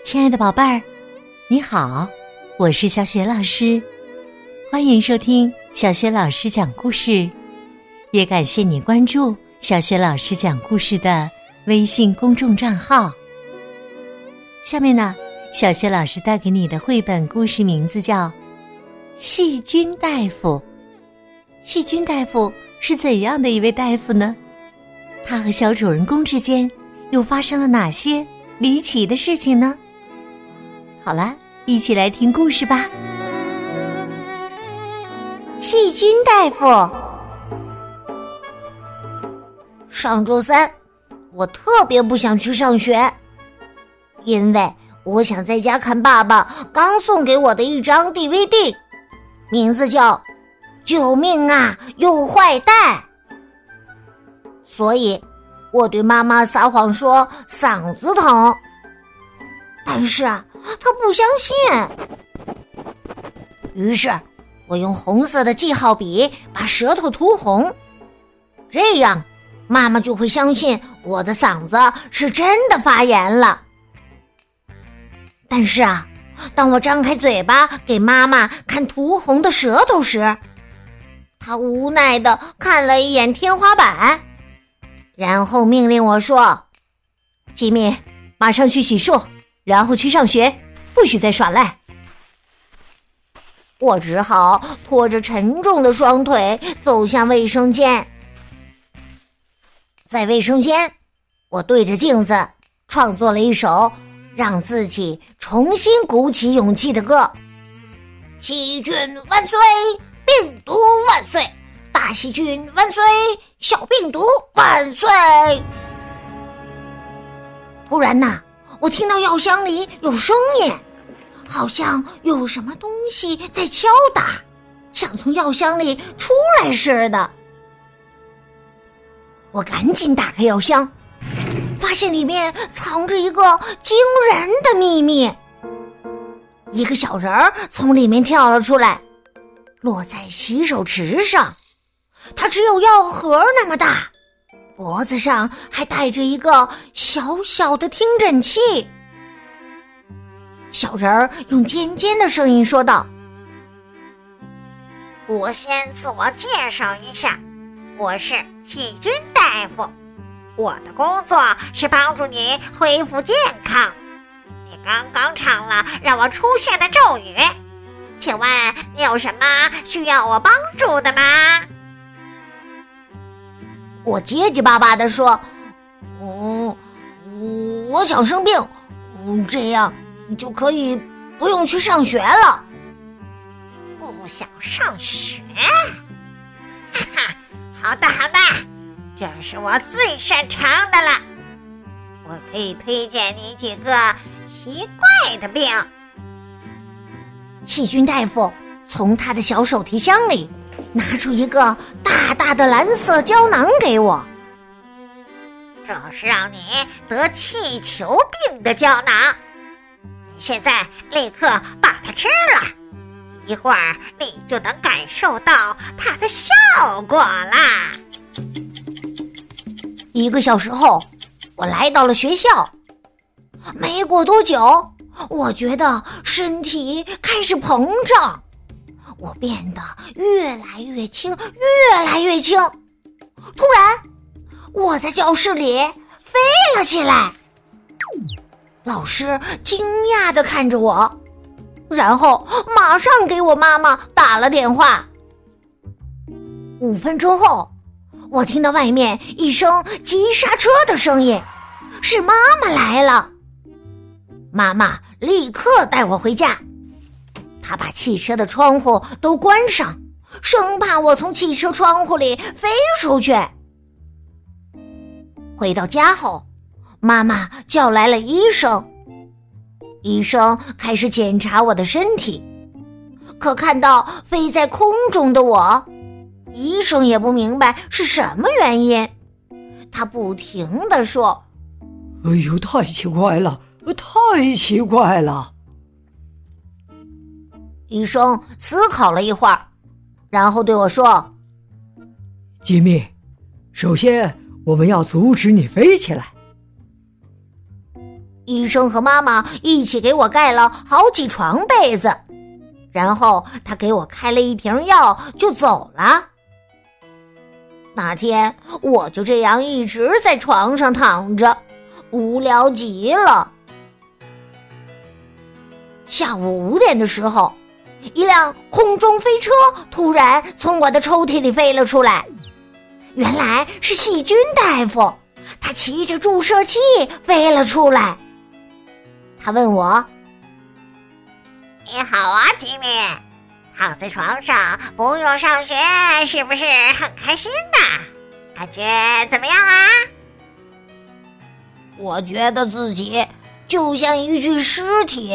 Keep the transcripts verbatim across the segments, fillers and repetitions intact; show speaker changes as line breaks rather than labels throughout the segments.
亲爱的宝贝儿，你好，我是小雪老师，欢迎收听小雪老师讲故事，也感谢你关注小雪老师讲故事的微信公众账号。下面呢，小雪老师带给你的绘本故事名字叫《细菌大夫》。细菌大夫是怎样的一位大夫呢？他和小主人公之间又发生了哪些离奇的事情呢？好了，一起来听故事吧。细菌大夫。
上周三，我特别不想去上学，因为我想在家看爸爸刚送给我的一张 D V D， 名字叫《救命啊，有坏蛋》。所以我对妈妈撒谎说嗓子疼，但是啊，她不相信。于是我用红色的记号笔把舌头涂红，这样妈妈就会相信我的嗓子是真的发炎了。但是啊，当我张开嘴巴给妈妈看涂红的舌头时，她无奈地看了一眼天花板，然后命令我说：
吉米，马上去洗漱，然后去上学，不许再耍赖。
我只好拖着沉重的双腿走向卫生间。在卫生间，我对着镜子创作了一首让自己重新鼓起勇气的歌。细菌万岁，病毒万岁，大细菌万岁，小病毒万岁。突然呐，我听到药箱里有声音，好像有什么东西在敲打，想从药箱里出来似的。我赶紧打开药箱，发现里面藏着一个惊人的秘密。一个小人儿从里面跳了出来，落在洗手池上。它只有药盒那么大，脖子上还带着一个小小的听诊器。小人儿用尖尖的声音说道：
我先自我介绍一下，我是细菌大夫，我的工作是帮助你恢复健康。你刚刚唱了让我出现的咒语，请问你有什么需要我帮助的吗？
我结结巴巴地说：嗯，我想生病，这样就可以不用去上学了。
不想上学？哈哈，好的好的，这是我最擅长的了。我可以推荐你几个奇怪的病。
细菌大夫从他的小手提箱里拿出一个大大的蓝色胶囊给我。
这是让你得气球病的胶囊，你现在立刻把它吃了，一会儿你就能感受到它的效果啦。
一个小时后，我来到了学校。没过多久，我觉得身体开始膨胀，我变得越来越轻，越来越轻。突然，我在教室里飞了起来。老师惊讶地看着我，然后马上给我妈妈打了电话。五分钟后，我听到外面一声急刹车的声音，是妈妈来了。妈妈立刻带我回家，她把汽车的窗户都关上，生怕我从汽车窗户里飞出去。回到家后，妈妈叫来了医生，医生开始检查我的身体，可看到飞在空中的我，医生也不明白是什么原因，他不停地说：
哎呦，太奇怪了，太奇怪了。
医生思考了一会儿，然后对我说：
吉米，首先我们要阻止你飞起来。
医生和妈妈一起给我盖了好几床被子，然后他给我开了一瓶药就走了。那天我就这样一直在床上躺着，无聊极了。下午五点的时候，一辆空中飞车突然从我的抽屉里飞了出来，原来是细菌大夫，他骑着注射器飞了出来。他问我：
你好啊，吉米，躺在床上不用上学，是不是很开心呢？感觉怎么样啊？
我觉得自己就像一具尸体。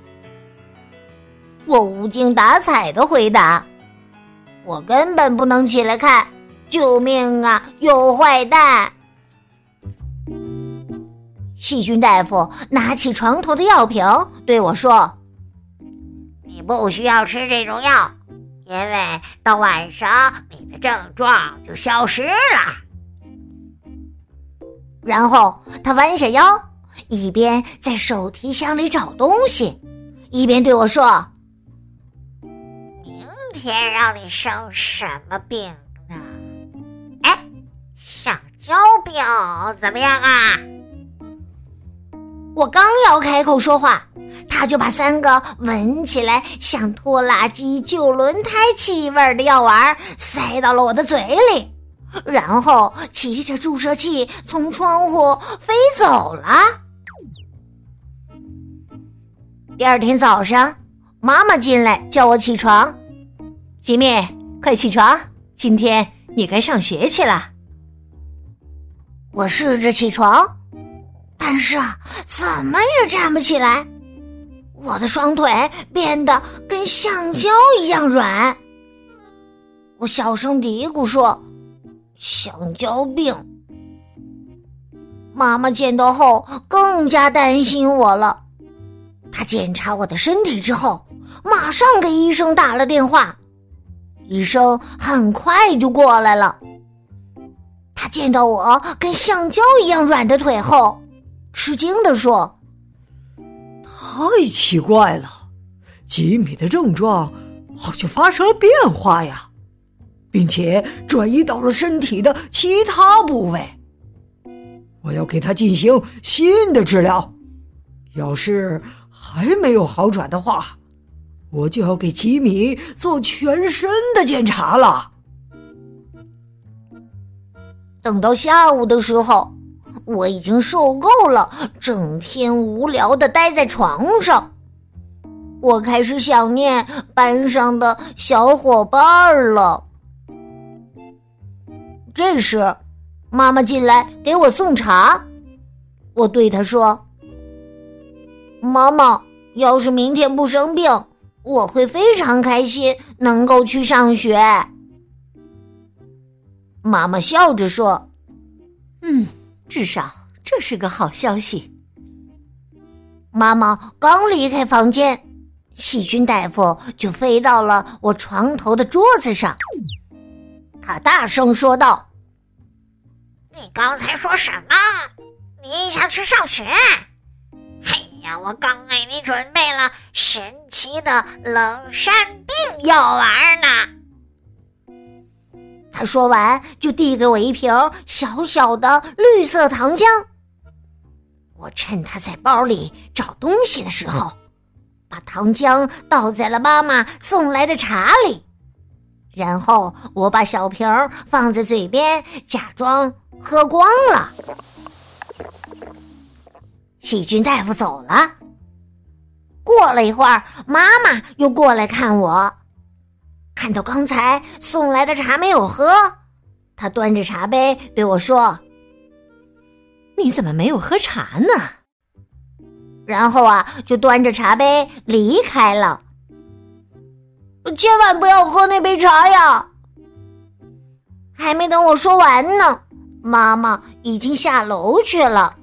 我无精打采地回答：我根本不能起来看，救命啊，有坏蛋！细菌大夫拿起床头的药瓶对我说：
你不需要吃这种药，因为到晚上你的症状就消失了。
然后他弯下腰，一边在手提箱里找东西，一边对我说：
明天让你生什么病呢？哎，橡胶病怎么样啊？
我刚要开口说话，他就把三个闻起来像拖拉机旧轮胎气味的药丸塞到了我的嘴里，然后骑着注射器从窗户飞走了。第二天早上，妈妈进来叫我起床：
吉米，快起床，今天你该上学去了。
我试着起床，但是啊，怎么也站不起来。我的双腿变得跟橡胶一样软。我小声嘀咕说：橡胶病。妈妈见到后更加担心我了。她检查我的身体之后，马上给医生打了电话。医生很快就过来了。他见到我跟橡胶一样软的腿后，吃惊地说：
太奇怪了，吉米的症状好像发生了变化呀，并且转移到了身体的其他部位。我要给他进行新的治疗，要是还没有好转的话，我就要给吉米做全身的检查了。
等到下午的时候，我已经受够了整天无聊地待在床上，我开始想念班上的小伙伴了。这时，妈妈进来给我送茶，我对她说：妈妈，要是明天不生病，我会非常开心能够去上学。妈妈笑着说：
嗯，至少这是个好消息。
妈妈刚离开房间，细菌大夫就飞到了我床头的桌子上。他大声说道：
你刚才说什么？你想去上学？哎呀，我刚给你准备了神奇的冷山病药丸呢。
他说完就递给我一瓶小小的绿色糖浆。我趁他在包里找东西的时候，把糖浆倒在了妈妈送来的茶里，然后我把小瓶放在嘴边，假装喝光了。细菌大夫走了。过了一会儿，妈妈又过来看我，看到刚才送来的茶没有喝，她端着茶杯对我说：
你怎么没有喝茶呢？
然后啊，就端着茶杯离开了。千万不要喝那杯茶呀！还没等我说完呢，妈妈已经下楼去了。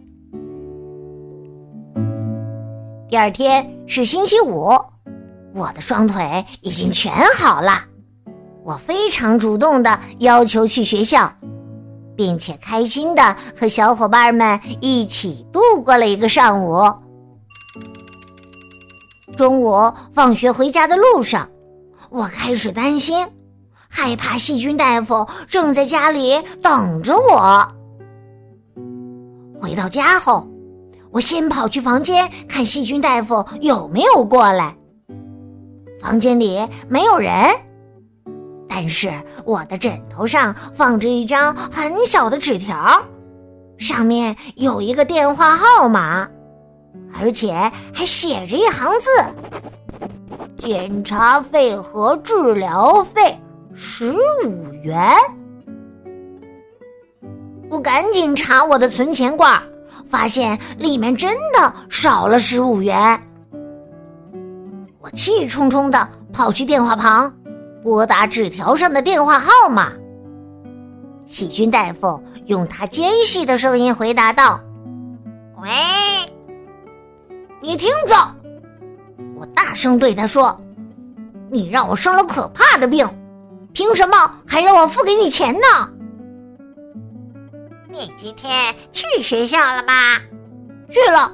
第二天是星期五，我的双腿已经全好了。我非常主动地要求去学校， 并且开心地和小伙伴们一起度过了一个上午。中午放学回家的路上，我开始担心，害怕细菌大夫正在家里等着我。回到家后，我先跑去房间看细菌大夫有没有过来。房间里没有人，但是我的枕头上放着一张很小的纸条，上面有一个电话号码，而且还写着一行字：检查费和治疗费十五元。我赶紧查我的存钱罐，发现里面真的少了十五元。我气冲冲地跑去电话旁，拨打纸条上的电话号码。细菌大夫用他尖细的声音回答道：
喂，
你听着！我大声对他说：你让我生了可怕的病，凭什么还让我付给你钱呢？
你今天去学校了吗？
去了。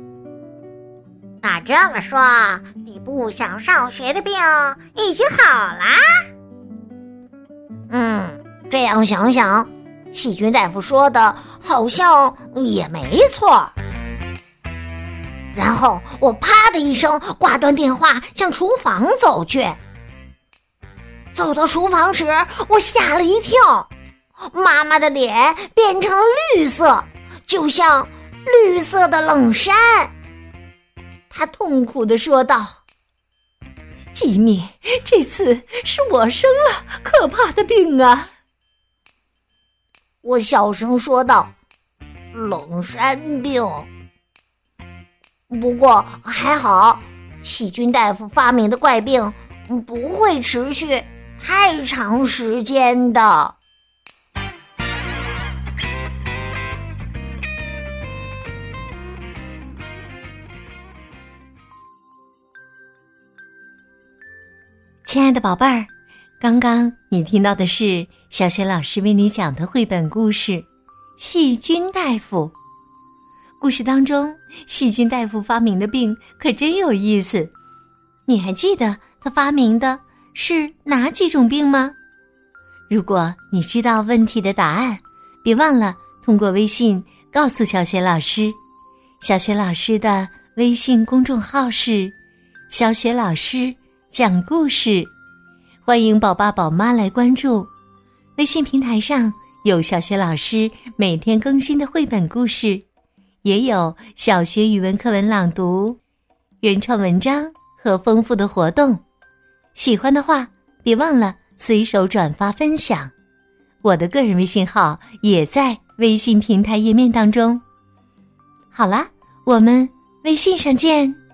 那这么说，你不想上学的病已经好啦？
嗯，这样想想，细菌大夫说的好像也没错。然后我啪的一声挂断电话，向厨房走去。走到厨房时，我吓了一跳，妈妈的脸变成了绿色，就像绿色的冷杉。她痛苦地说道：
吉米，这次是我生了可怕的病啊！
我小声说道：冷杉病。不过还好，细菌大夫发明的怪病不会持续太长时间的。
亲爱的宝贝儿，刚刚你听到的是小雪老师为你讲的绘本故事《细菌大夫》。故事当中，细菌大夫发明的病可真有意思。你还记得他发明的是哪几种病吗？如果你知道问题的答案，别忘了通过微信告诉小雪老师。小雪老师的微信公众号是小雪老师讲故事，欢迎宝爸宝妈来关注。微信平台上有小学老师每天更新的绘本故事，也有小学语文课文朗读、原创文章和丰富的活动。喜欢的话，别忘了随手转发分享。我的个人微信号也在微信平台页面当中。好啦，我们微信上见。